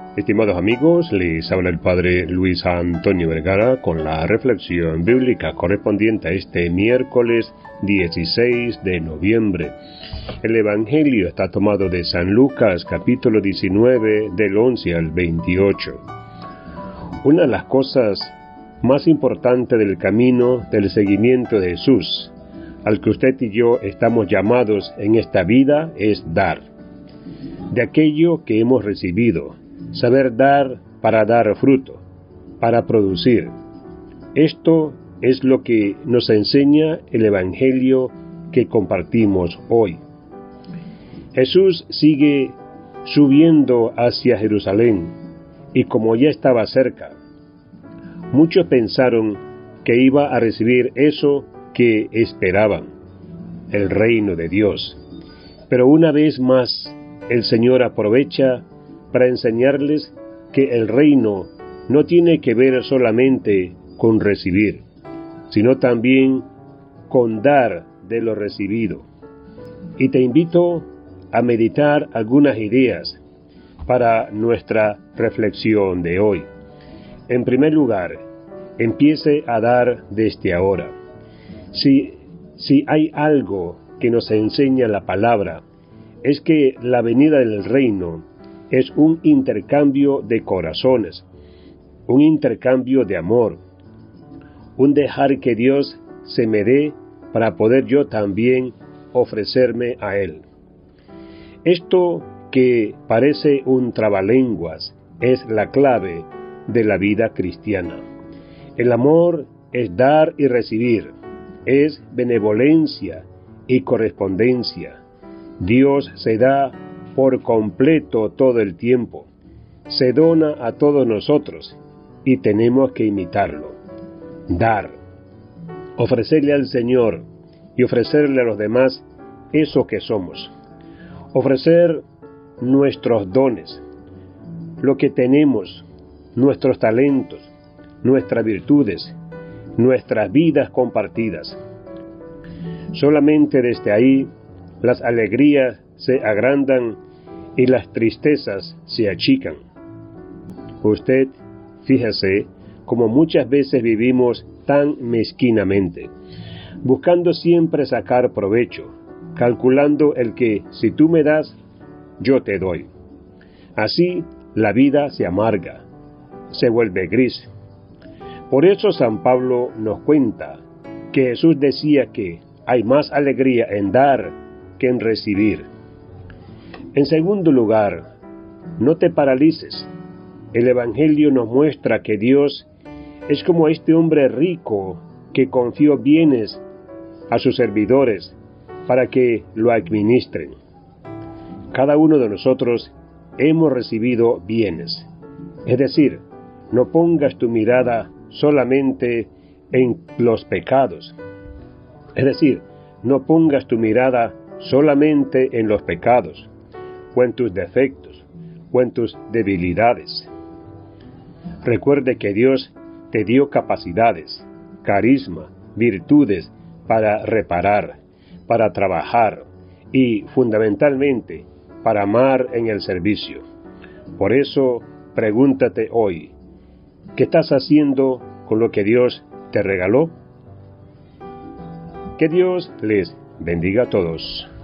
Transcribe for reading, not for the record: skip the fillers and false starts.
Estimados amigos, les habla el Padre Luis Antonio Vergara con la reflexión bíblica correspondiente a este miércoles 16 de noviembre. El Evangelio está tomado de San Lucas, capítulo 19, del 11 al 28. Una de las cosas más importantes del camino del seguimiento de Jesús, al que usted y yo estamos llamados en esta vida, es dar. De aquello que hemos recibido, saber dar para dar fruto, para producir. Esto es lo que nos enseña el Evangelio que compartimos hoy. Jesús sigue subiendo hacia Jerusalén, y como ya estaba cerca, muchos pensaron que iba a recibir eso que esperaban, el reino de Dios. Pero una vez más, el Señor aprovecha para enseñarles que el reino no tiene que ver solamente con recibir, sino también con dar de lo recibido. Y te invito a meditar algunas ideas para nuestra reflexión de hoy. En primer lugar, empiece a dar desde ahora. Si hay algo que nos enseña la palabra, es que la venida del reino es un intercambio de corazones, un intercambio de amor, un dejar que Dios se me dé para poder yo también ofrecerme a Él. Esto que parece un trabalenguas es la clave de la vida cristiana. El amor es dar y recibir, es benevolencia y correspondencia. Dios se da por completo todo el tiempo, se dona a todos nosotros y tenemos que imitarlo. Dar, ofrecerle al Señor y ofrecerle a los demás eso que somos. Ofrecer nuestros dones, lo que tenemos, nuestros talentos, nuestras virtudes, nuestras vidas compartidas. Solamente desde ahí las alegrías se agrandan y las tristezas se achican. Usted, fíjese, como muchas veces vivimos tan mezquinamente, buscando siempre sacar provecho, calculando el que si tú me das, yo te doy. Así la vida se amarga, se vuelve gris. Por eso San Pablo nos cuenta que Jesús decía que hay más alegría en dar que en recibir. En segundo lugar, no te paralices. El Evangelio nos muestra que Dios es como este hombre rico que confió bienes a sus servidores para que lo administren. Cada uno de nosotros hemos recibido bienes. Es decir, no pongas tu mirada solamente en los pecados. Es decir, no pongas tu mirada solamente en los pecados, o en tus defectos, o en tus debilidades. Recuerde que Dios te dio capacidades, carisma, virtudes para reparar, para trabajar y, fundamentalmente, para amar en el servicio. Por eso, pregúntate hoy, ¿qué estás haciendo con lo que Dios te regaló? Que Dios les bendiga a todos.